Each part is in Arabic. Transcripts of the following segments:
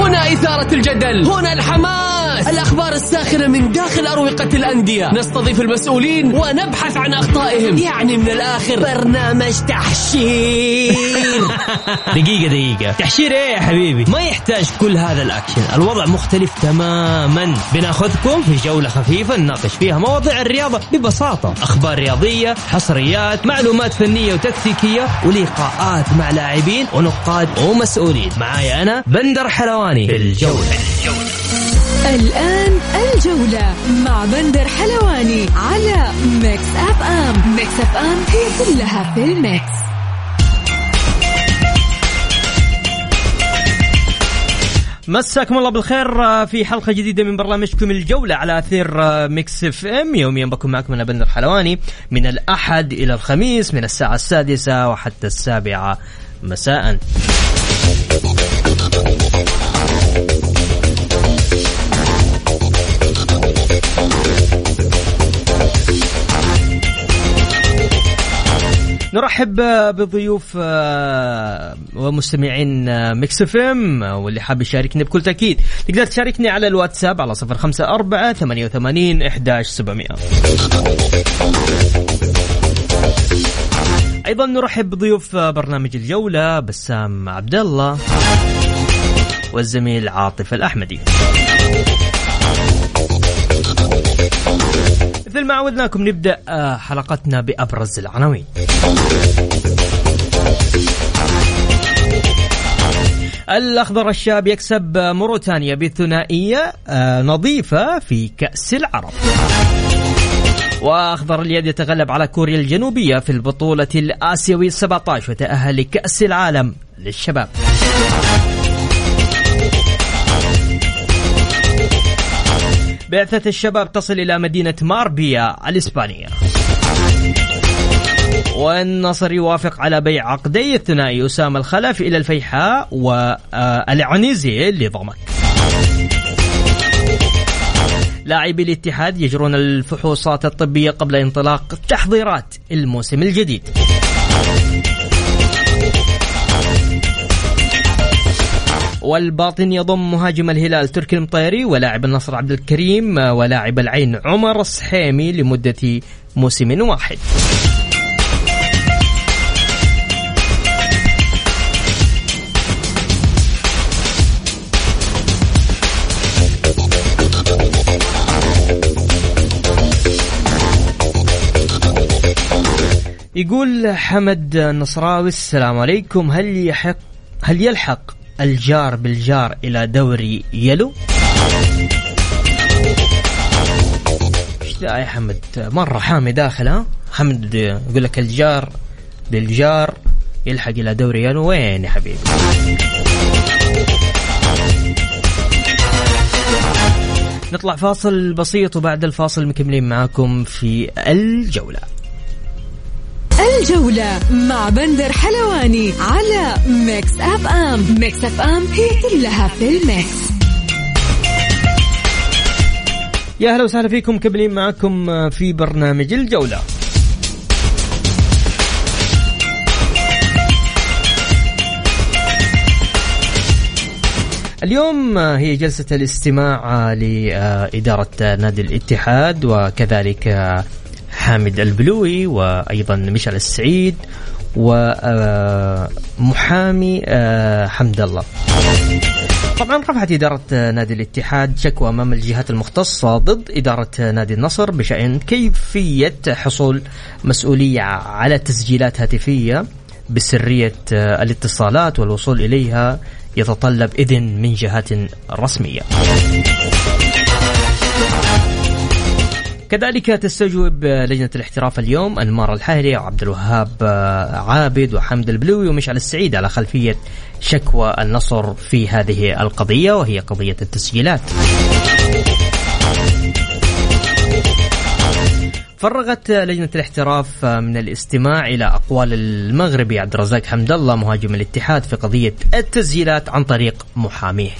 هنا إثارة الجدل، هنا الحماس، الأخبار الساخنة من داخل أروقة الأندية، نستضيف المسؤولين ونبحث عن أخطائهم. يعني من الآخر برنامج تحشير. دقيقة تحشير ايه يا حبيبي؟ ما يحتاج كل هذا الأكشن، الوضع مختلف تماما. بناخذكم في جولة خفيفة نناقش فيها مواضيع الرياضة ببساطة، أخبار رياضية، حصريات، معلومات فنية وتكتيكية، ولقاءات مع لاعبين ونقاد ومسؤولين. معايا أنا بندر حلواني في الجولة. الآن الجولة مع بندر حلواني على ميكس أف أم. ميكس أف أم هي كلها في الميكس. مساكم الله بالخير في حلقة جديدة من برنامجكم الجولة على أثير ميكس اف ام. يوميا بكون معكم أنا بندر حلواني من الأحد إلى الخميس من الساعة 6 وحتى 7 مساء. نرحب بضيوف ومستمعين ميكس اف ام، واللي حاب يشاركني بكل تأكيد تقدر تشاركني على الواتساب على 0548811700. أيضا نرحب بضيوف برنامج الجولة بسام عبد الله والزميل عاطف الأحمدي. مثل ما عودناكم نبدأ حلقتنا بأبرز العناوين. الأخضر الشاب يكسب موريتانيا بثنائية نظيفة في كأس العرب. وأخضر اليد يتغلب على كوريا الجنوبية في البطولة الآسيوية 17 وتأهل لكأس العالم للشباب. بعثة الشباب تصل إلى مدينة ماربيا الإسبانية. والنصر يوافق على بيع عقدي الثنائي أسامة الخلف إلى الفيحاء والعنيزي لضمك. لاعبي الاتحاد يجرون الفحوصات الطبية قبل انطلاق تحضيرات الموسم الجديد. والباطن يضم مهاجم الهلال تركي المطيري ولاعب النصر عبد الكريم ولاعب العين عمر الصحيمي لمدة موسم واحد. يقول حمد النصراوي السلام عليكم، هل يلحق الجار بالجار إلى دوري يلو؟ إيش ذا يا حمد؟ مرة حامي داخل. ها حمد يقول لك الجار بالجار يلحق إلى دوري يلو. وين يا حبيبي؟ نطلع فاصل بسيط وبعد الفاصل مكملين معاكم في الجولة. الجولة مع بندر حلواني على ميكس أف أم. ميكس أف أم هي كلها في الميكس. يا أهلا وسهلا فيكم، كملين معكم في برنامج الجولة. اليوم هي جلسة الاستماع لإدارة نادي الاتحاد وكذلك حامد البلوي وأيضا مشعل السعيد ومحامي حمد الله. طبعا رفعت إدارة نادي الاتحاد شكوى أمام الجهات المختصة ضد إدارة نادي النصر بشأن كيفية حصول مسؤولية على تسجيلات هاتفية بسرية الاتصالات والوصول إليها يتطلب إذن من جهات رسمية. كذلك تستجوب لجنة الاحتراف اليوم أنمار الحاهري وعبد الوهاب عابد وحمد البلوي ومشعل السعيد على خلفية شكوى النصر في هذه القضية وهي قضية التسجيلات. فرغت لجنة الاحتراف من الاستماع إلى أقوال المغربي عبد الرزاق حمد الله مهاجم الاتحاد في قضية التسجيلات عن طريق محاميه.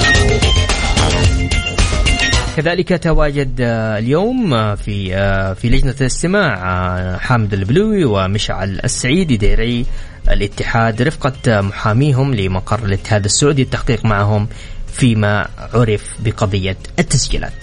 كذلك تواجد اليوم في لجنة الاستماع حامد البلوي ومشعل السعيد يديري الاتحاد رفقة محاميهم لمقر الاتحاد السعودي التحقيق معهم فيما عرف بقضية التسجيلات.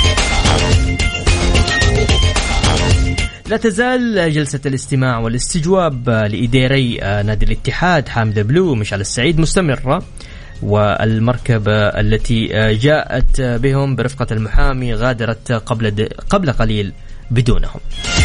لا تزال جلسة الاستماع والاستجواب لإداري نادي الاتحاد حامد البلوي ومشعل السعيد مستمرة، والمركبة التي جاءت بهم برفقة المحامي غادرت قبل قليل بدونهم.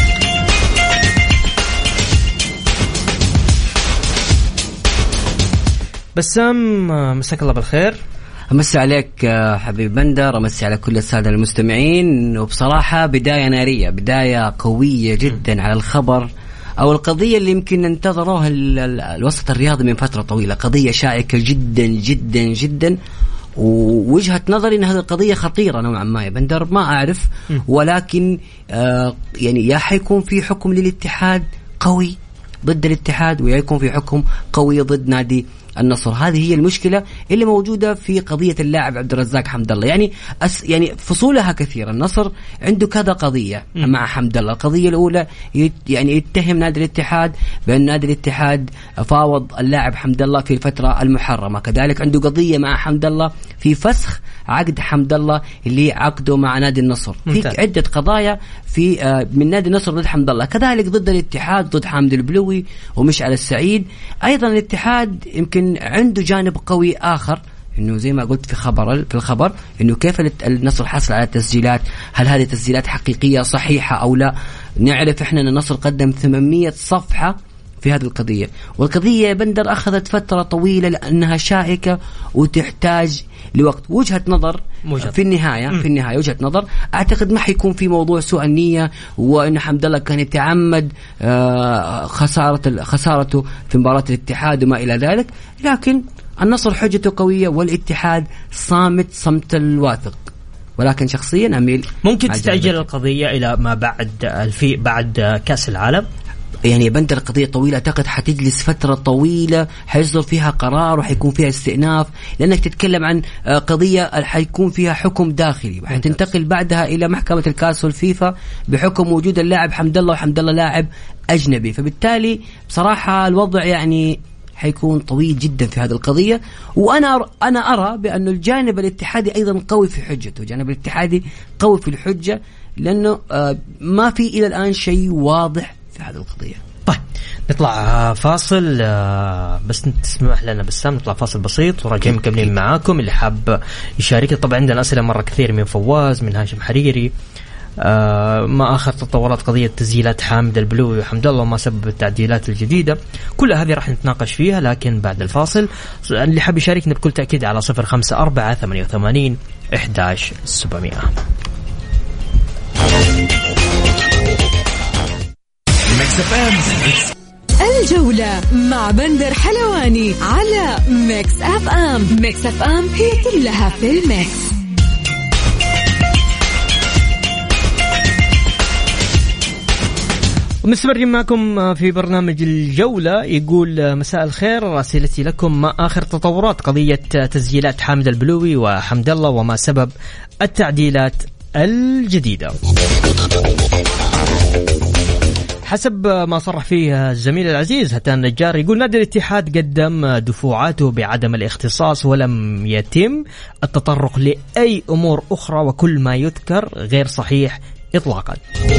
بسام، مساك الله بالخير. أمسي عليك حبيب بندر، أمسي على كل السادة المستمعين. وبصراحة بداية نارية، بداية قوية جدا على الخبر أو القضية اللي يمكن ننتظروها الوسط الرياضي من فترة طويلة. قضية شائكة جدا جدا جدا، ووجهة نظري أن هذه القضية خطيرة نوعا ما يا بندر، ما أعرف، ولكن يعني يا حيكون في حكم للاتحاد قوي ضد الاتحاد، ويكون في حكم قوي ضد نادي النصر. هذه هي المشكلة اللي موجودة في قضية اللاعب عبد الرزاق حمد الله. يعني فصولها كثيرة. النصر عنده كذا قضية مع حمد الله. القضية الأولى يعني يتهم نادي الاتحاد بأن نادي الاتحاد فاوض اللاعب حمد الله في الفترة المحرمة. كذلك عنده قضية مع حمد الله في فسخ عقد حمد الله اللي عقده مع نادي النصر. في عدة قضايا في من نادي النصر ضد حمد الله، كذلك ضد الاتحاد ضد حامد البلوي ومشعل السعيد. أيضا الاتحاد يمكن عنده جانب قوي آخر، إنه زي ما قلت في الخبر إنه كيف النصر حصل على التسجيلات، هل هذه التسجيلات حقيقية صحيحة أو لا. نعرف إحنا أن النصر قدم 800 صفحة في هذه القضية، والقضية بندر أخذت فترة طويلة لأنها شائكة وتحتاج لوقت. وجهة نظر في النهاية وجهة نظر. أعتقد ما حيكون في موضوع سوء النية وإن حمد الله كان يتعمد خسارته في مباراة الاتحاد وما إلى ذلك، لكن النصر حجته قوية والاتحاد صمت الواثق. ولكن شخصيا أميل ممكن تتأجل القضية إلى ما بعد كأس العالم. يعني بندر قضية طويلة، أعتقد حتجلس فترة طويلة حيصدر فيها قرار وحيكون فيها استئناف، لأنك تتكلم عن قضية حيكون فيها حكم داخلي وحتنتقل بعدها إلى محكمة الكاس والفيفا بحكم وجود اللاعب حمد الله، وحمد الله لاعب أجنبي. فبالتالي بصراحة الوضع يعني حيكون طويل جدا في هذه القضية. وأنا أرى بأن الجانب الاتحادي أيضا قوي في حجته، الجانب الاتحادي قوي في الحجة، لأنه ما في إلى الآن شيء واضح في هذه القضية. طيب نطلع فاصل، بس تسمح لنا بسام نطلع فاصل بسيط وراجعين مكملين معاكم. اللي حاب يشارك طبعا عندنا أسئلة مرة كثير من فواز، من هاشم حريري، ما آخر تطورات قضية تسجيلات حامد البلوي وحمد الله وما سبب التعديلات الجديدة. كل هذه راح نتناقش فيها لكن بعد الفاصل. اللي حاب يشاركنا بكل تأكيد على 0548811700. الجولة مع بندر حلواني على ميكس أف أم. ميكس أف أم هي كلها في الميكس. ومستمرين معكم في برنامج الجولة. يقول مساء الخير، أسئلتي لكم: ما آخر تطورات قضية تسجيلات حامد البلوي وحمد الله وما سبب التعديلات الجديدة؟ حسب ما صرح فيه الزميل العزيز هتان نجار، يقول نادي الاتحاد قدم دفوعاته بعدم الاختصاص ولم يتم التطرق لأي أمور أخرى، وكل ما يذكر غير صحيح إطلاقا.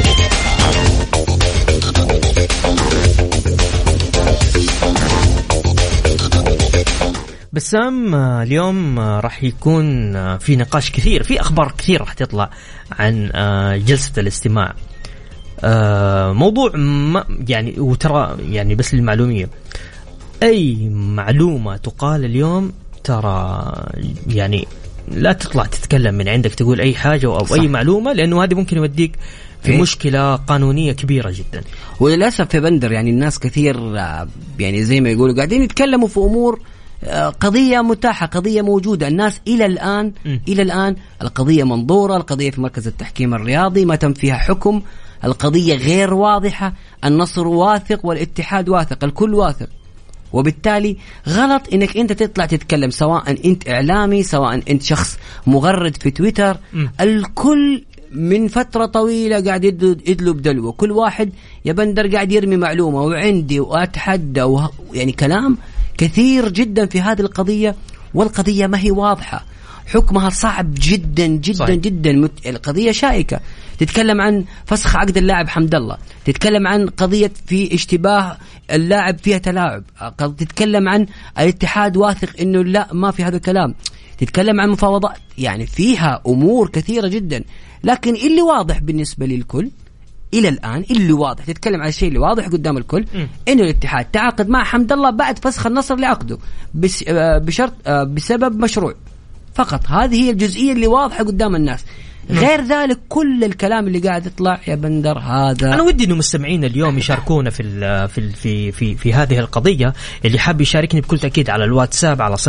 بسام، اليوم راح يكون في نقاش كثير، في أخبار كثير راح تطلع عن جلسة الاستماع. موضوع ما يعني، وترى يعني بس للمعلومية، أي معلومة تقال اليوم ترى يعني لا تطلع تتكلم من عندك تقول أي حاجة أو صح. أي معلومة، لأنه هذه ممكن يوديك في مشكلة قانونية كبيرة جدا. وللأسف في بندر يعني الناس كثير يعني زي ما يقولوا قاعدين يتكلموا في أمور قضية متاحة، قضية موجودة. الناس إلى الآن القضية منظورة، القضية في مركز التحكيم الرياضي ما تم فيها حكم، القضية غير واضحة. النصر واثق والاتحاد واثق، الكل واثق، وبالتالي غلط انك انت تطلع تتكلم، سواء انت اعلامي سواء انت شخص مغرد في تويتر. الكل من فترة طويلة قاعد يدلب دلوه، كل واحد يا بندر قاعد يرمي معلومة وعندي واتحدى يعني كلام كثير جدا في هذه القضية، والقضية ما هي واضحة. حكمها صعب جدا جدا صحيح. جدا. القضية شائكة، تتكلم عن فسخ عقد اللاعب حمد الله، تتكلم عن قضية في اشتباه اللاعب فيها تلاعب، تتكلم عن الاتحاد واثق انه لا ما في هذا الكلام، تتكلم عن مفاوضات، يعني فيها امور كثيرة جدا. لكن اللي واضح بالنسبة للكل الى الان، اللي واضح تتكلم عن الشيء اللي واضح قدام الكل انه الاتحاد تعاقد مع حمد الله بعد فسخ النصر لعقده بشرط بسبب مشروع فقط. هذه هي الجزئية اللي واضحة قدام الناس. غير ذلك كل الكلام اللي قاعد يطلع يا بندر هذا. انا ودي انه مستمعين اليوم يشاركونا في هذه القضيه. اللي حاب يشاركني بكل تاكيد على الواتساب على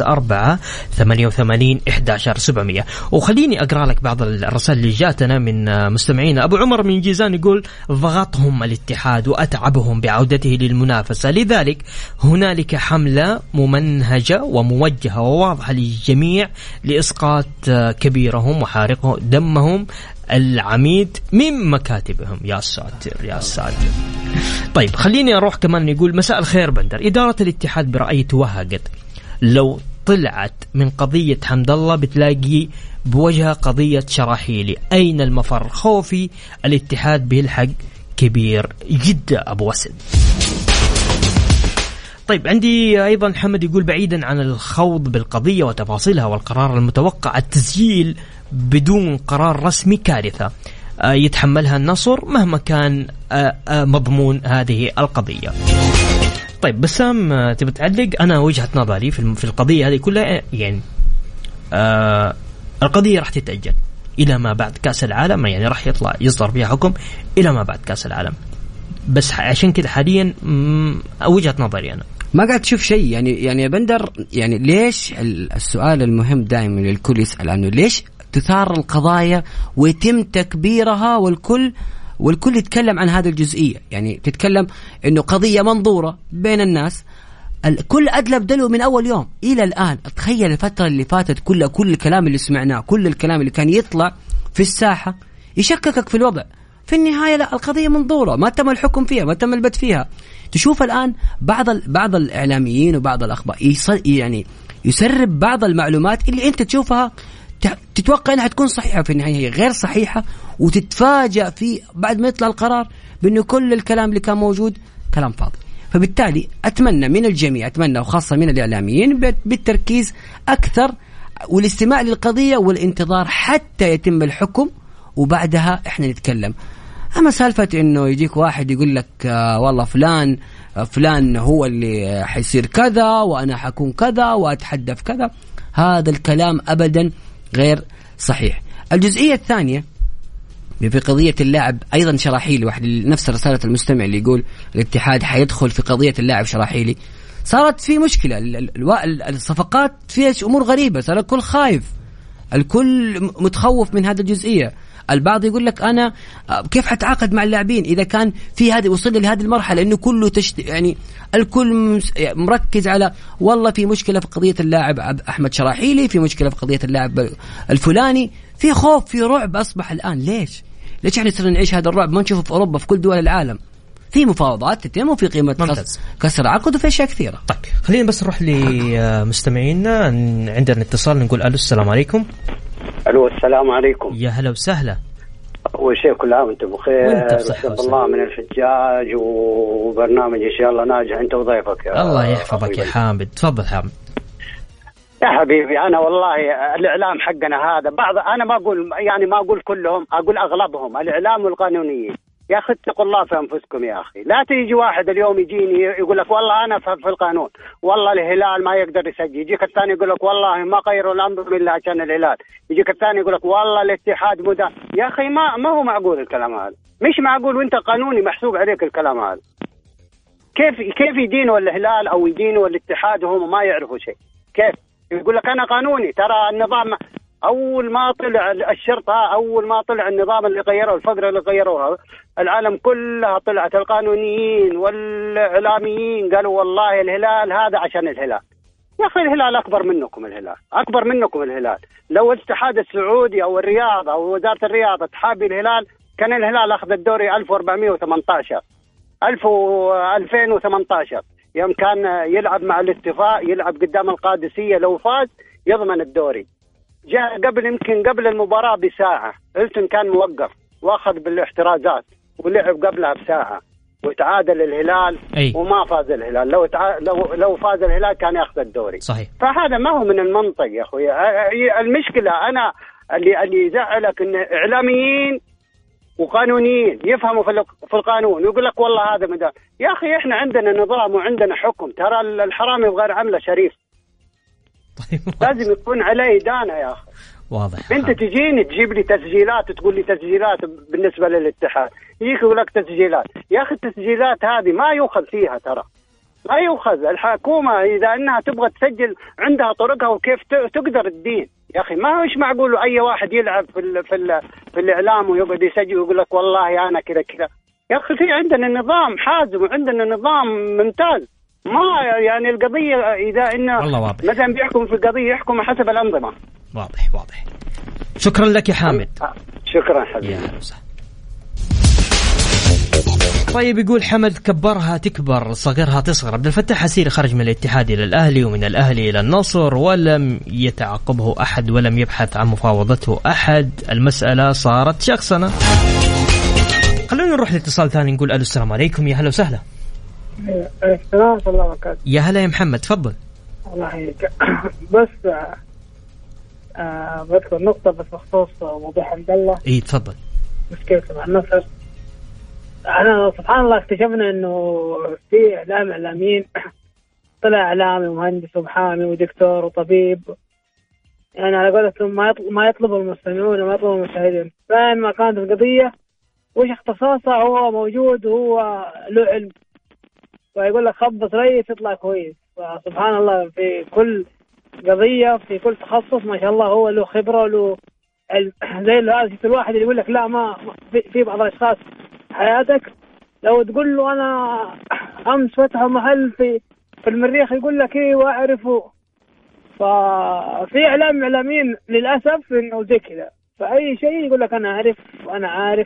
054-88-11700. وخليني اقرا لك بعض الرسائل اللي جاتنا من مستمعينا. ابو عمر من جيزان يقول ضغطهم الاتحاد واتعبهم بعودته للمنافسه، لذلك هنالك حمله ممنهجه وموجهه وواضحه للجميع لاسقاط كبيرهم وحارقهم دمهم العميد من مكاتبهم. يا ساتر يا ساتر. طيب خليني أروح كمان. يقول مساء الخير بندر، إدارة الاتحاد برأيي توهقت. لو طلعت من قضية حمد الله بتلاقي بوجه قضية شراحيلي. أين المفر؟ خوفي الاتحاد بيلحق كبير جدا. أبو وسد. طيب عندي أيضا محمد يقول بعيدا عن الخوض بالقضية وتفاصيلها والقرار المتوقع، التسجيل بدون قرار رسمي كارثة يتحملها النصر مهما كان مضمون هذه القضية. طيب بسام تبي تعلق؟ أنا وجهة نظري في القضية هذه كلها، يعني القضية راح تتأجل إلى ما بعد كأس العالم، يعني راح يصدر فيها حكم إلى ما بعد كأس العالم. بس عشان كده حاليا وجهة نظري أنا ما قاعد تشوف شيء. يعني يا بندر، يعني ليش السؤال المهم دائما الكل يسأل عنه، ليش تثار القضايا ويتم تكبيرها والكل يتكلم عن هذه الجزئية؟ يعني تتكلم إنه قضية منظورة بين الناس، الكل أدلى بدلو من أول يوم إلى الآن. تخيل الفترة اللي فاتت كل الكلام اللي سمعناه، كل الكلام اللي كان يطلع في الساحة يشككك في الوضع. في النهاية لا، القضية منظورة، ما تم الحكم فيها، ما تم البت فيها. تشوف الآن بعض الإعلاميين وبعض الأخبار يعني يسرب بعض المعلومات اللي أنت تشوفها تتوقع أنها تكون صحيحة، في النهاية هي غير صحيحة، وتتفاجأ في بعد ما يطلع القرار بأنه كل الكلام اللي كان موجود كلام فاضي. فبالتالي أتمنى من الجميع، أتمنى وخاصة من الإعلاميين بالتركيز أكثر والاستماع للقضية والانتظار حتى يتم الحكم، وبعدها إحنا نتكلم. أما سالفة إنه يجيك واحد يقول لك والله فلان هو اللي حيصير كذا وأنا حكون كذا وأتحدى في كذا، هذا الكلام أبدا غير صحيح. الجزئية الثانية في قضية اللاعب أيضا شراحيلي، واحد نفس رسالة المستمع اللي يقول الاتحاد حيدخل في قضية اللاعب شراحيلي. صارت في مشكلة، الصفقات فيها أمور غريبة، صار الكل خايف، الكل متخوف من هذه الجزئية. البعض يقول لك أنا كيف حتعاقد مع اللاعبين إذا كان في هذه وصل لهذه المرحلة، إنه كله يعني الكل مركز على والله في مشكلة في قضية اللاعب أحمد شراحيلي، في مشكلة في قضية اللاعب الفلاني، في خوف، في رعب أصبح الآن. ليش احنا صرنا نعيش هذا الرعب؟ ما نشوفه في أوروبا في كل دول العالم. في مفاوضات تتم وفي قيمة كسر عقد وفي أشياء كثيرة. طيب خلينا بس نروح لمستمعينا. عندنا اتصال، نقول ألو السلام عليكم. ألو السلام عليكم. يا هلا وسهلا. أول شيء كل عام وأنت بخير، وحفظ الله من الحجاج، وبرنامج إن شاء الله ناجح أنت وضيفك. الله يحفظك يا حامد. تفضل حامد. يا حبيبي أنا والله الإعلام حقنا هذا أنا ما أقول كلهم، أقول أغلبهم الإعلام والقانونيين. يا أخي اتقوا الله في أنفسكم يا أخي. لا تيجي واحد اليوم يجيني يقول لك والله أنا في القانون، والله الهلال ما يقدر يسجل، يجيك الثاني يقول لك والله ما غيروا الأمر إلا عشان الهلال، يجيك الثاني يقول لك والله الاتحاد يا أخي ما هو معقول الكلام هذا، مش معقول. وأنت قانوني محسوب عليك الكلام هذا. كيف يدينوا الهلال أو يدينوا الاتحاد وهم ما يعرفوا شيء؟ كيف يقول لك أنا قانوني؟ ترى النظام أول ما طلع الشرطة، أول ما طلع النظام اللي غيروه، الفقرة اللي غيروها، العالم كلها طلعت القانونيين والإعلاميين قالوا والله الهلال هذا عشان الهلال. يا أخي الهلال أكبر منكم، الهلال أكبر منكم. الهلال لو الاتحاد السعودي أو الرياضة أو وزارة الرياضة تحابي الهلال كان الهلال أخذ الدوري 1418 2018 يوم كان يلعب مع الاتفاق، يلعب قدام القادسية، لو فاز يضمن الدوري. جاء قبل المباراة بساعة، إلتون كان موقف واخذ بالاحترازات ولعب قبلها بساعة وتعادل الهلال وما فاز الهلال. لو فاز الهلال كان ياخذ الدوري. صحيح. فهذا ما هو من المنطق يا اخوي. المشكلة أنا اللي يزعلك إن إعلاميين وقانونيين يفهموا في القانون ويقول لك والله هذا مدى. يا أخي إحنا عندنا نظام وعندنا حكم، ترى الحرامي بغير عمله شريف. طيب لازم يكون عليه إدانة يا أخي. واضح. أنت تجيني تجيب لي تسجيلات وتقول لي تسجيلات بالنسبة للاتحاد، يجيك يقول لك تسجيلات. يا أخي التسجيلات هذه ما يؤخذ فيها، ترى ما يؤخذ. الحكومة إذا أنها تبغى تسجل عندها طرقها وكيف تقدر الدين. يا أخي ما هوش معقول أي واحد يلعب في الإعلام ويقعد يسجل ويقول لك والله أنا كذا. يا أخي في عندنا نظام حازم وعندنا نظام ممتاز. ما يعني القضية إذا إنه مثلا بيحكم في القضية يحكم حسب الأنظمة. واضح. شكرا لك يا حامد. شكرا حبيبي. طيب يقول حمد كبرها تكبر صغرها تصغر. عبد الفتاح حسيري خرج من الاتحاد إلى الأهلي ومن الأهلي إلى النصر ولم يتعاقبه أحد ولم يبحث عن مفاوضته أحد. المسألة صارت شخصنة. خلونا نروح لاتصال ثاني نقول ألو السلام عليكم. يا هلا وسهلا. السلام ورحمة الله وبركاته. يا هلا يا محمد تفضل. الله يحييك. بس بذكر نقطة بس بخصوص موضوع حمد الله. إيه تفضل. مشكلة مع النصر. أنا سبحان الله اكتشفنا إنه في إعلاميين طلع إعلامي ومهندس ومحامي ودكتور وطبيب، يعني على قولتهم ما يطلب المستمعون وما يطلب المشاهدين. فين ما كانت القضية وش اختصاصه هو موجود وهو له علم، ويقول لك خبط ريس يطلع كويس. فسبحان الله في كل قضية في كل تخصص ما شاء الله هو له خبرة وله علم. زي هذا الواحد اللي يقول لك لا ما في بعض الأشخاص حياتك لو تقول له أنا أمس فتحوا محل في المريخ يقول لك إيه وأعرفه. ففي إعلاميين للأسف إنه زي كذا، فأي شيء يقول لك أنا أعرف وأنا عارف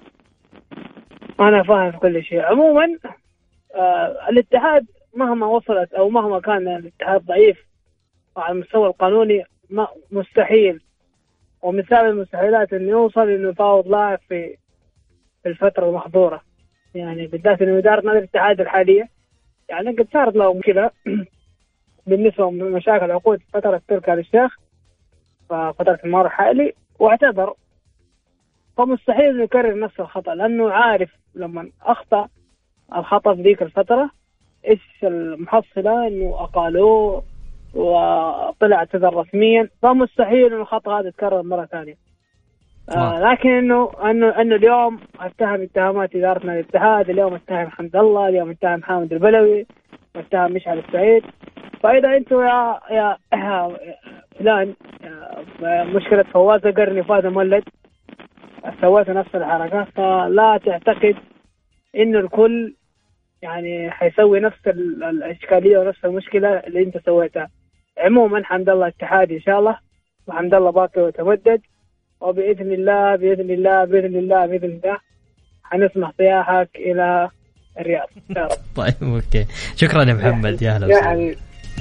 أنا فاهم في كل شيء. عموما الاتحاد مهما وصلت أو مهما كان الاتحاد ضعيف على المستوى القانوني مستحيل ومثال المستحيلات إنه يوصل إنه يفاوض لاعب في الفترة المحظورة، يعني بالذات إنه إدارة نادي الاتحاد الحالية يعني قد صارت له مشكلة بالنسبة لمشاكل عقود فترة تركي آل الشيخ ففترة المار الحالي واعتذر، فمستحيل إنه يكرر نفس الخطأ لأنه عارف لما أخطأ الخطأ في ذيك الفترة إيش المحصلة إنه أقالوه وطلع اعتذر رسميا، فمستحيل إنه الخطأ هذا يتكرر مرة ثانية. لكن إنه اليوم اتهم اتهامات إدارة نادي الاتحاد، اليوم اتهم حمد الله، اليوم اتهم حامد البلوي، اتهم مشعل السعيد. فإذا أنتوا يا فلان مشكلة فواز قرني فاز مولد سويتوا نفس الحركة، فلا تعتقد إنه الكل يعني حيسوي نفس الإشكالية ونفس المشكلة اللي أنت سويتها. عموما حمد الله اتحادي إن شاء الله، وحمد الله باقي وتمدد، وبإذن الله بإذن الله بإذن الله بإذن الله حنسمح صياحك إلى الرياض إن شاء الله. طيب أوكي شكرا يا محمد. يا هلا وسهلا.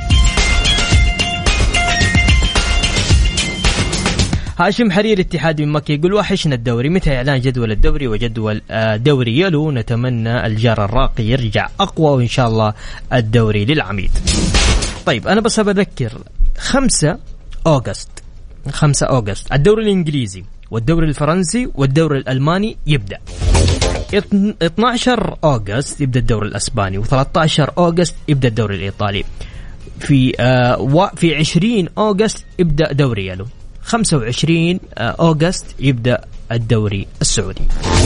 هاشم حرير اتحاد من مكة يقول وحشنا الدوري، متى إعلان جدول الدوري وجدول دوري يلو؟ نتمنى الجار الراقي يرجع أقوى وإن شاء الله الدوري للعميد. طيب أنا بس بذكر 5 أغسطس الدوري الإنجليزي والدوري الفرنسي والدوري الألماني يبدأ. 12 أغسطس يبدأ الدوري الأسباني، و13 أغسطس يبدأ الدوري الإيطالي. في 20 أغسطس يبدأ دوري يلو. 25 أغسطس يبدأ الدوري السعودي.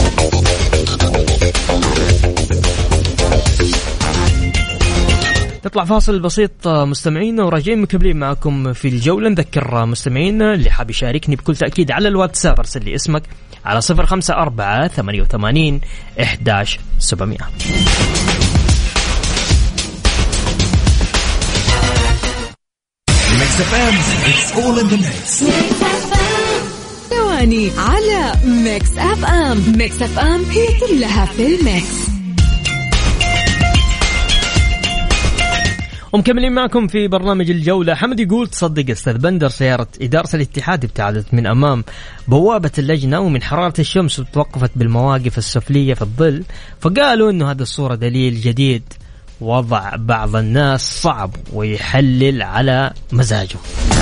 نطلع فاصل بسيط مستمعينا وراجعين مكملين معكم في الجولة. نذكر مستمعينا اللي حاب يشاركني بكل تأكيد على الواتساب ارسل لي اسمك على 054-88-11700. ثواني على ميكس اف ام. ميكس اف ام هي كلها في الميكس. ومكملين معكم في برنامج الجولة. حمد يقول تصدق أستاذ بندر سيارة إدارة الاتحاد ابتعدت من أمام بوابة اللجنة ومن حرارة الشمس وتوقفت بالمواقف السفلية في الظل، فقالوا إنه هذه الصورة دليل جديد وضع بعض الناس صعب ويحلل على مزاجه.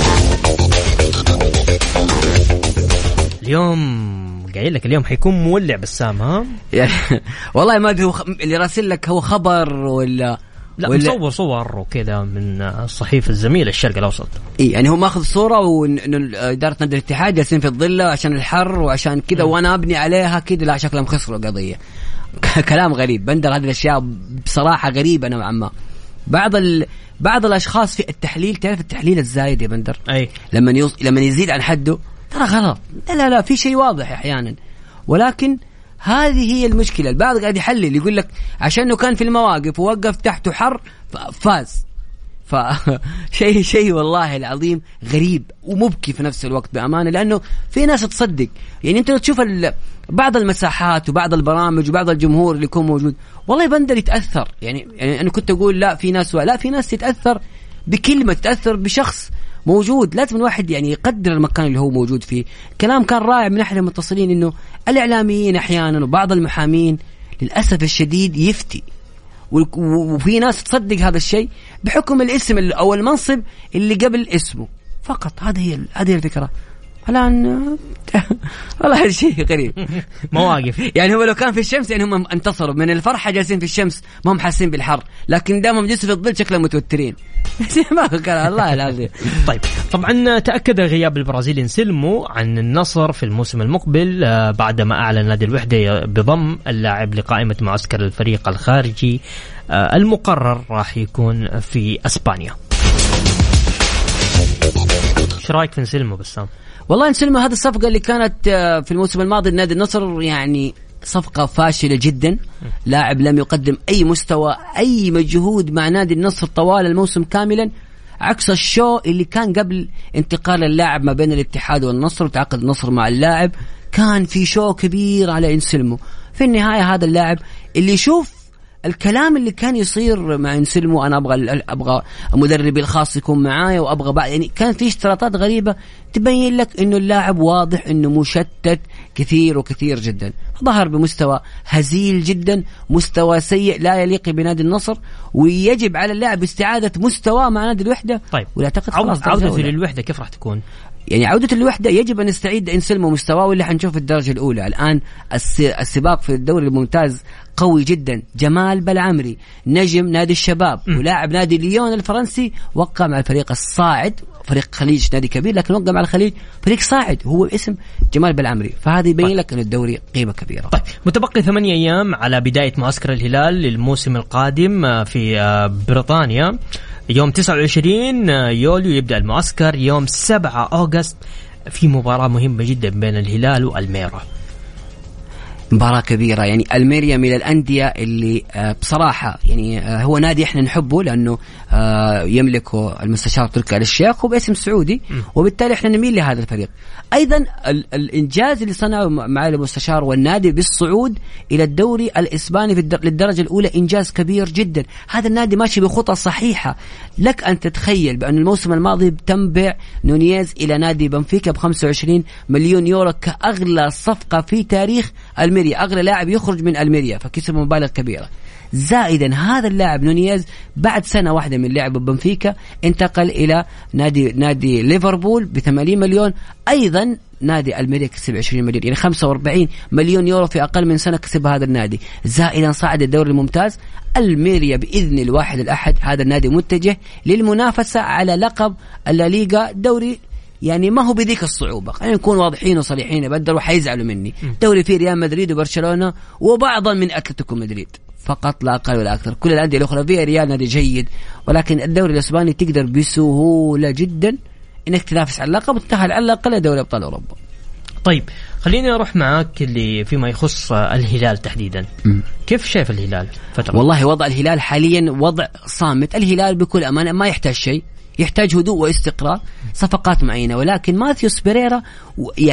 اليوم قايل لك اليوم حيكون مولع بسام ها يعني والله ما ادري اللي راسل لك هو خبر ولا مصور صور وكذا من الصحيفة الزميل الشرق الأوسط. يعني هو ماخذ صورة وإنه إدارة نادي الاتحاد جالسين في الظلة عشان الحر وعشان كذا وأنا أبني عليها كذا. لا شكلهم خسروا قضية. كلام غريب بندر، هذه الأشياء بصراحة غريبة نوعا ما. بعض الأشخاص في التحليل، تعرف التحليل الزايد يا بندر، أي لما يزيد عن حده ترى غلط. لا في شيء واضح أحيانا، ولكن هذه هي المشكلة. البعض قاعد يحلل يقول لك عشانه كان في المواقف ووقف تحته حر فاز. شيء والله العظيم غريب ومبكي في نفس الوقت بأمانة، لأنه في ناس تصدق. يعني أنت تشوف بعض المساحات وبعض البرامج وبعض الجمهور اللي يكون موجود والله بندر يتأثر. يعني أنا كنت أقول لا في ناس تتأثر بكلمة، تتأثر بشخص موجود. لازم الواحد يعني يقدر المكان اللي هو موجود فيه. كلام كان رائع من أحد المتصلين إنه الإعلاميين أحيانا وبعض المحامين للأسف الشديد يفتي، وفي ناس تصدق هذا الشيء بحكم الاسم أو المنصب اللي قبل اسمه فقط. هذه الفكرة. الآن والله هذا شيء غريب. مواقف يعني هو لو كان في الشمس يعني هم انتصروا من الفرحة، جالسين في الشمس ما هم حاسين بالحر، لكن دامهم جلسوا في الظل شكلهم متوترين. ما كان الله العظيم. طيب طبعا تأكد غياب البرازيلي انسيلمو عن النصر في الموسم المقبل بعدما أعلن نادي الوحدة بضم اللاعب لقائمة معسكر الفريق الخارجي المقرر راح يكون في أسبانيا. ايش رايك في انسيلمو بسام؟ والله انسيلمو هذه الصفقة اللي كانت في الموسم الماضي لنادي النصر يعني صفقة فاشلة جدا. لاعب لم يقدم أي مستوى أي مجهود مع نادي النصر طوال الموسم كاملا، عكس الشو اللي كان قبل انتقال اللاعب ما بين الاتحاد والنصر وتعاقد النصر مع اللاعب. كان في شو كبير على انسيلمو. في النهاية هذا اللاعب اللي يشوف الكلام اللي كان يصير مع انسيلمو، أنا أبغى مدربي الخاص يكون معايا وأبغى بعد، يعني كان في اشتراطات غريبة تبين لك إنه اللاعب واضح إنه مشتت كثير جدا. ظهر بمستوى هزيل جدا، مستوى سيء لا يليق بنادي النصر، ويجب على اللاعب استعادة مستوى مع نادي الوحدة. طيب ولا أعتقد عودة للوحدة كيف راح تكون؟ يعني عودة الوحدة يجب أن نستعيد انسيلمو مستواه، واللي حنشوف الدرجة الأولى. الآن السباق في الدوري الممتاز قوي جدا. جمال بلعمري نجم نادي الشباب ولاعب نادي ليون الفرنسي وقع مع الفريق الصاعد، فريق خليج نادي كبير لكن وقع مع الخليج فريق صاعد، هو اسم جمال بلعمري. فهذا يبين لك أن الدوري قيمة كبيرة. طيب متبقي 8 أيام على بداية معسكر الهلال للموسم القادم في بريطانيا. يوم 29 يوليو يبدأ المعسكر، يوم 7 أغسطس في مباراة مهمة جدا بين الهلال والميرا. مباراة كبيرة. يعني الميريا من الأندية اللي بصراحة يعني هو نادي احنا نحبه لأنه يملكه المستشار تركي آل الشيخ وباسم سعودي، وبالتالي احنا نميل لهذا الفريق. أيضا الإنجاز اللي صنعه مع المستشار والنادي بالصعود إلى الدوري الإسباني للدرجة الأولى إنجاز كبير جدا. هذا النادي ماشي بخطة صحيحة. لك أن تتخيل بأن الموسم الماضي تم بيع نونيز إلى نادي بنفيكا ب25 مليون يورو كأغلى صفقة في تاريخ الميريا، أغلى لاعب يخرج من الميريا، فكسب مبالغ كبيرة. زائدا هذا اللاعب نونيز بعد سنة واحدة من لعب بنفيكا انتقل إلى نادي ليفربول ب80 مليون. أيضا نادي الميريا كسب 20 مليون، يعني 45 مليون يورو في أقل من سنة كسب هذا النادي. زائدا صعد الدوري الممتاز. الميريا بإذن الواحد الأحد هذا النادي متجه للمنافسة على لقب الليغا. دوري يعني ما هو بذيك الصعوبة، خلينا نكون واضحين وصريحين. بدروا حيزعلوا مني. دوري فيه ريال مدريد وبرشلونة وبعضا من أتلتيكو مدريد فقط، لا أقل ولا أكثر. كل الأندية الأخرى فيها ريال نادي جيد، ولكن الدوري الإسباني تقدر بسهولة جدا إنك تنافس على اللقب وتتأهل على الأقل دوري أبطال أوروبا. طيب خليني أروح معاك اللي فيما يخص الهلال تحديدا. كيف شايف الهلال فترة؟ والله وضع الهلال حاليا وضع صامت. الهلال بكل أمانة ما يحتاج شيء، يحتاج هدوء واستقرار، صفقات معينة. ولكن ماثيوس بيريرا يعني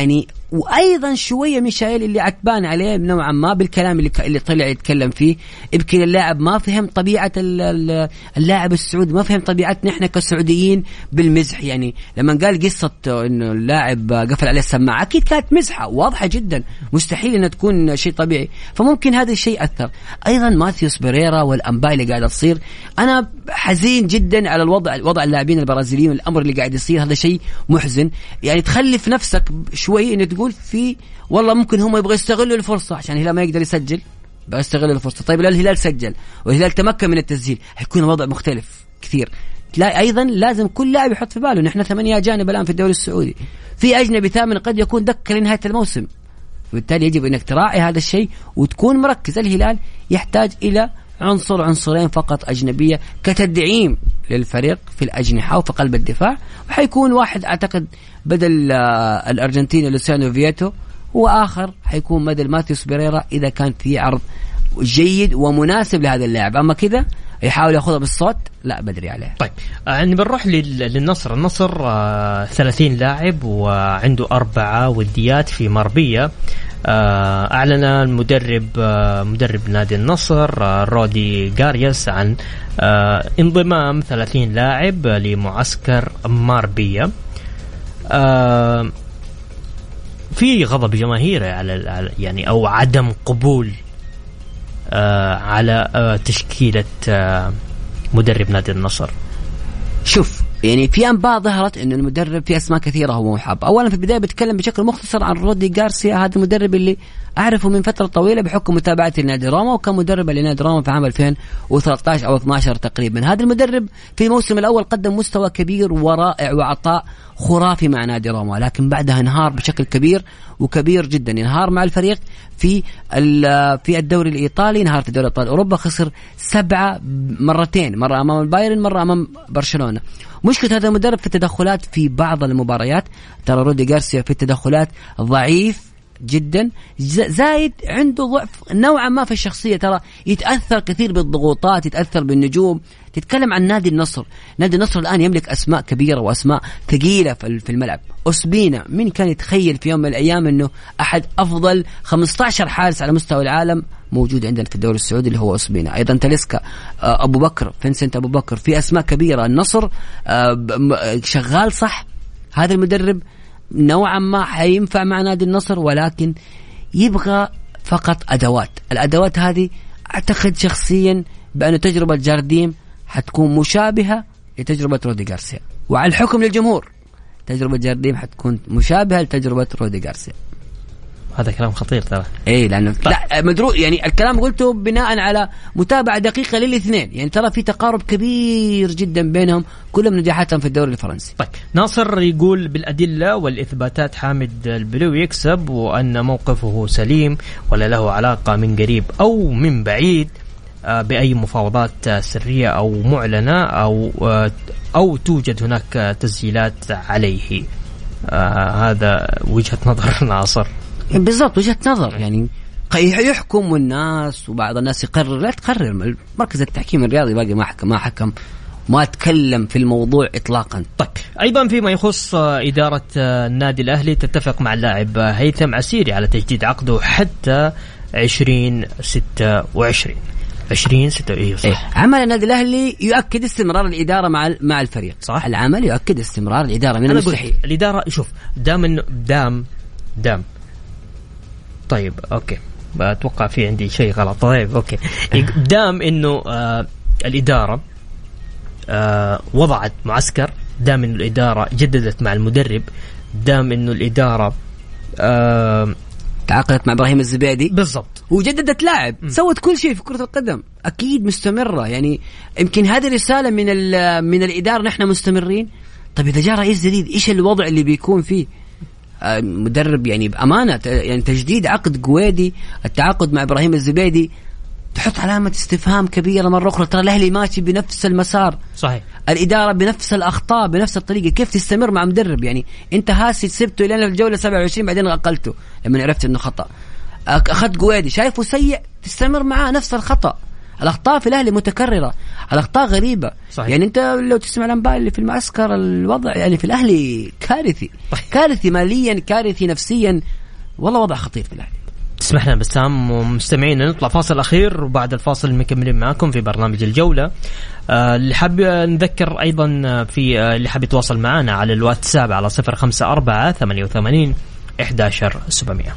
وايضا شويه ميشائيل اللي عتبان عليه نوعا ما بالكلام اللي طلع يتكلم فيه. يمكن اللاعب ما فهم طبيعه اللاعب السعودي، ما فهم طبيعتنا احنا كسعوديين بالمزح. يعني لما قال قصه انه اللاعب قفل عليه السماعه اكيد كانت مزحه واضحه جدا، مستحيل انها تكون شيء طبيعي. فممكن هذا الشيء اثر. ايضا ماثيوس بيريرا والانباء اللي قاعده تصير، انا حزين جدا على وضع اللاعبين البرازيليين والامر اللي قاعد يصير. هذا شيء محزن. يعني تخلف نفسك شوي ان تقول في والله ممكن هم يبغوا يستغلوا الفرصه عشان الهلال ما يقدر يسجل، بيستغل الفرصه. طيب لو الهلال سجل والهلال تمكن من التسجيل هيكون الوضع مختلف كثير. لا ايضا لازم كل لاعب يحط في باله ان احنا 8 اجانب الان في الدوري السعودي، في اجنبي ثامن قد يكون دك لنهايه الموسم، وبالتالي يجب انك تراعي هذا الشيء وتكون مركز. الهلال يحتاج الى عنصرين فقط أجنبية كتدعيم للفريق في الأجنحة وفي قلب الدفاع، وحيكون واحد أعتقد بدل الأرجنتيني لوسيانو فييتو، وآخر حيكون بدل ماثيوس بيريرا إذا كان في عرض جيد ومناسب لهذا اللاعب. أما كذا يحاول يأخذها بالصوت لا بدري عليه. طيب يعني بنروح للنصر. النصر 30 لاعب وعنده 4 وديات في مربية. أعلن المدرب مدرب نادي النصر رودي غارياس عن انضمام 30 لاعب لمعسكر مربية. في غضب جماهيري على يعني أو عدم قبول على تشكيلة مدرب نادي النصر. شوف يعني في أنباء ظهرت إن المدرب في أسماء كثيرة هو محب. أولا في البداية بتكلم بشكل مختصر عن رودي غارسيا. هذا المدرب اللي أعرفه من فترة طويلة بحكم متابعتي لنادي روما، وكان مدرب لنادي روما في عام 2013 أو 12 تقريبا. هذا المدرب في الموسم الأول قدم مستوى كبير ورائع وعطاء خرافي مع نادي روما، لكن بعدها انهار بشكل كبير وكبير جدا. انهار مع الفريق في الدوري الإيطالي، انهار في دوري أبطال أوروبا، خسر 7 مرتين، مرة أمام البايرن مرة أمام برشلونة. مشكلة هذا المدرب في التدخلات في بعض المباريات. ترى رودي غارسيا في التدخلات ضعيف جدا، زايد عنده ضعف نوعا ما في الشخصية. ترى يتأثر كثير بالضغوطات، يتأثر بالنجوم. تتكلم عن نادي النصر. نادي النصر الآن يملك أسماء كبيرة وأسماء ثقيلة في الملعب. أسبينا، من كان يتخيل في يوم من الأيام أنه أحد أفضل 15 حارس على مستوى العالم موجود عندنا في الدوري السعودي اللي هو أسبينا. أيضا تاليسكا، أبو بكر، فينسنت أبو بكر، في أسماء كبيرة. النصر شغال صح. هذا المدرب نوعا ما حينفع مع نادي النصر، ولكن يبغى فقط أدوات. الأدوات هذه أعتقد شخصيا بأن تجربة جارديم حتكون مشابهة لتجربة رودي غارسيا، وعلى الحكم للجمهور تجربة جارديم حتكون مشابهة لتجربة رودي غارسيا. هذا كلام خطير ترى. ايه لانه لا مدروس، يعني الكلام قلته بناء على متابعه دقيقه للاثنين. يعني ترى في تقارب كبير جدا بينهم، كلهم نجاحاتهم في الدوري الفرنسي. طيب ناصر يقول بالادله والاثباتات حامد البلوي يكسب، وان موقفه سليم ولا له علاقه من قريب او من بعيد باي مفاوضات سريه او معلنه او توجد هناك تسجيلات عليه. هذا وجهه نظر ناصر. بالضبط وجهة نظر. يعني يحكم والناس وبعض الناس يقرر. لا تقرر، مركز التحكيم الرياضي باقي ما حكم ما تكلم في الموضوع إطلاقا. طيب أيضا فيما يخص إدارة النادي الأهلي تتفق مع اللاعب هيثم عسيري على تجديد عقده حتى 2026. 2026 صح. عمل النادي الأهلي يؤكد استمرار الإدارة مع الفريق. صح. العمل يؤكد استمرار الإدارة من المستحيل. الإدارة شوف دام طيب أوكي، أتوقع في عندي شيء غلط. طيب أوكي، دام إنه الإدارة وضعت معسكر، دام إنه الإدارة جددت مع المدرب، دام إنه الإدارة تعاقدت مع إبراهيم الزبيدي بالضبط وجددت لاعب، سوت كل شيء في كرة القدم، أكيد مستمرة. يعني يمكن هذه رسالة من الإدارة، نحن مستمرين. طيب إذا جاء رئيس جديد إيش الوضع اللي بيكون فيه؟ مدرب يعني بأمانة، يعني تجديد عقد قويدي، التعاقد مع إبراهيم الزبيدي، تحط علامة استفهام كبيرة مرة أخرى. ترى الأهلي ماشي بنفس المسار صحيح، الإدارة بنفس الأخطاء بنفس الطريقة. كيف تستمر مع مدرب؟ يعني أنت هاسي سبته إلى في الجولة 27 بعدين أقلته لما عرفت إنه خطأ. أخذت قويدي شايفه سيء، تستمر معاه نفس الخطأ. الأخطاء في الأهلي متكررة، الأخطاء غريبة. صحيح. يعني أنت لو تسمع الأنباء اللي في المعسكر، الوضع يعني في الأهلي كارثي، كارثي ماليا، كارثي نفسيا، والله وضع خطير في الأهلي. تسمح لنا بسام ومستمعين نطلع فاصل أخير، وبعد الفاصل مكملين معكم في برنامج الجولة. اللي حاب نذكر أيضا في اللي حاب يتواصل معنا على الواتساب على 0548811700.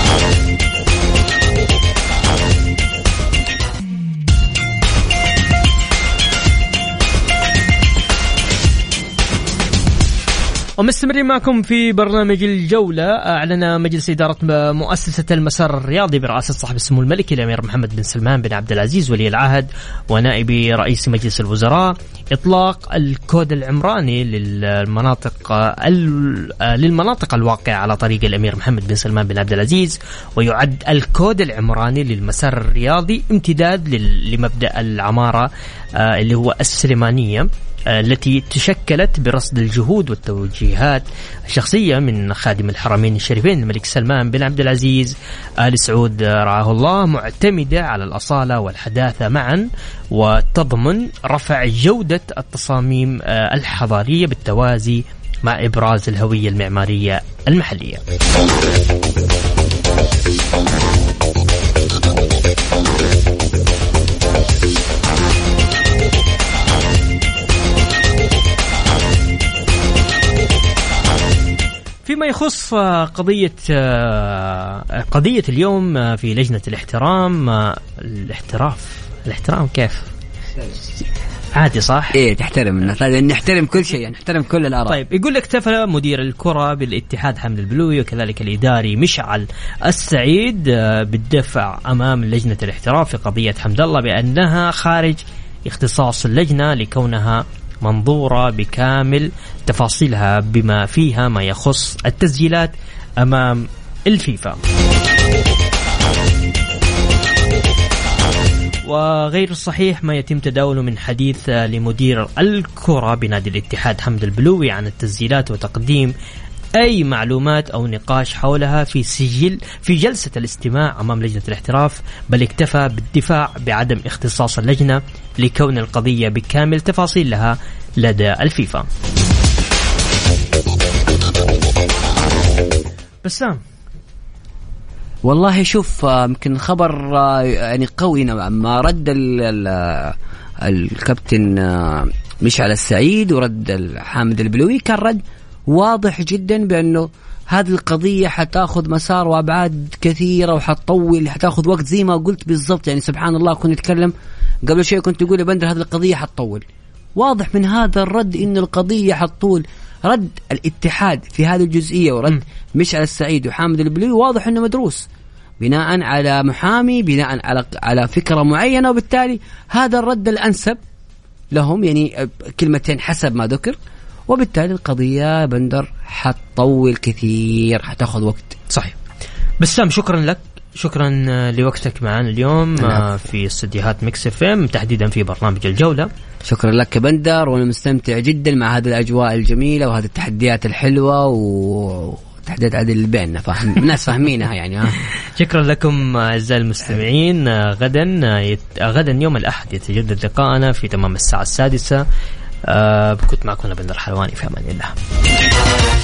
ومستمرين معكم في برنامج الجولة. أعلن مجلس إدارة مؤسسة المسار الرياضي برئاسة صاحب السمو الملكي الأمير محمد بن سلمان بن عبد العزيز ولي العهد ونائب رئيس مجلس الوزراء إطلاق الكود العمراني للمناطق الواقعة على طريق الأمير محمد بن سلمان بن عبد العزيز. ويعد الكود العمراني للمسار الرياضي امتداد لمبدأ العمارة اللي هو السليمانية، التي تشكلت برصد الجهود والتوجيهات الشخصية من خادم الحرمين الشريفين الملك سلمان بن عبد العزيز آل سعود رعاه الله، معتمدة على الأصالة والحداثة معا، وتضمن رفع جودة التصاميم الحضارية بالتوازي مع إبراز الهوية المعمارية المحلية. فيما يخص قضية اليوم في لجنة الاحترام، الاحترام كيف عادي صح؟ ايه تحترم الناس، لازم نحترم كل شيء، يعني نحترم كل الآراء. طيب يقول لك اكتفى مدير الكرة بالاتحاد حمد البلوي وكذلك الإداري مشعل السعيد بالدفع أمام لجنة الاحترام في قضية حمد الله بأنها خارج اختصاص اللجنة لكونها منظورة بكامل تفاصيلها بما فيها ما يخص التسجيلات أمام الفيفا. وغير صحيح ما يتم تداوله من حديث لمدير الكرة بنادي الاتحاد حمد البلوي عن التسجيلات وتقديم أي معلومات أو نقاش حولها في جلسة الاستماع أمام لجنة الاحتراف، بل اكتفى بالدفاع بعدم اختصاص اللجنة لكون القضية بكامل تفاصيلها لدى الفيفا. بسام والله شوف، يمكن خبر يعني قوي نوعا ما. رد الكابتن مشعل السعيد ورد حامد البلوي كان رد واضح جدا بأنه هذه القضية حتاخذ مسار وأبعاد كثيرة وحتطول، حتاخذ وقت زي ما قلت بالضبط. يعني سبحان الله، كنت نتكلم قبل شيء كنت تقول يا بندر هذه القضية حتطول. واضح من هذا الرد إن القضية حتطول. رد الاتحاد في هذه الجزئية ورد مشعل السعيد وحامد البلوي واضح إنه مدروس بناء على محامي، بناء على فكرة معينة، وبالتالي هذا الرد الأنسب لهم. يعني كلمتين حسب ما ذكر، وبالتالي القضية بندر حتطول كثير، حتاخذ وقت. صحيح. بسام شكرا لك، شكرا لوقتك معنا اليوم في استديوهات ميكس اف ام، تحديدا في برنامج الجولة. شكرا لك بندر، وانا مستمتع جدا مع هذه الأجواء الجميلة وهذه التحديات الحلوة وتحديات عدل اللي فاهم الناس فاهمينها يعني. شكرا لكم أعزائي المستمعين. غدا يوم الأحد يتجدد لقاءنا في تمام الساعة 6. كنت معكم بندر حلواني، في أمان الله.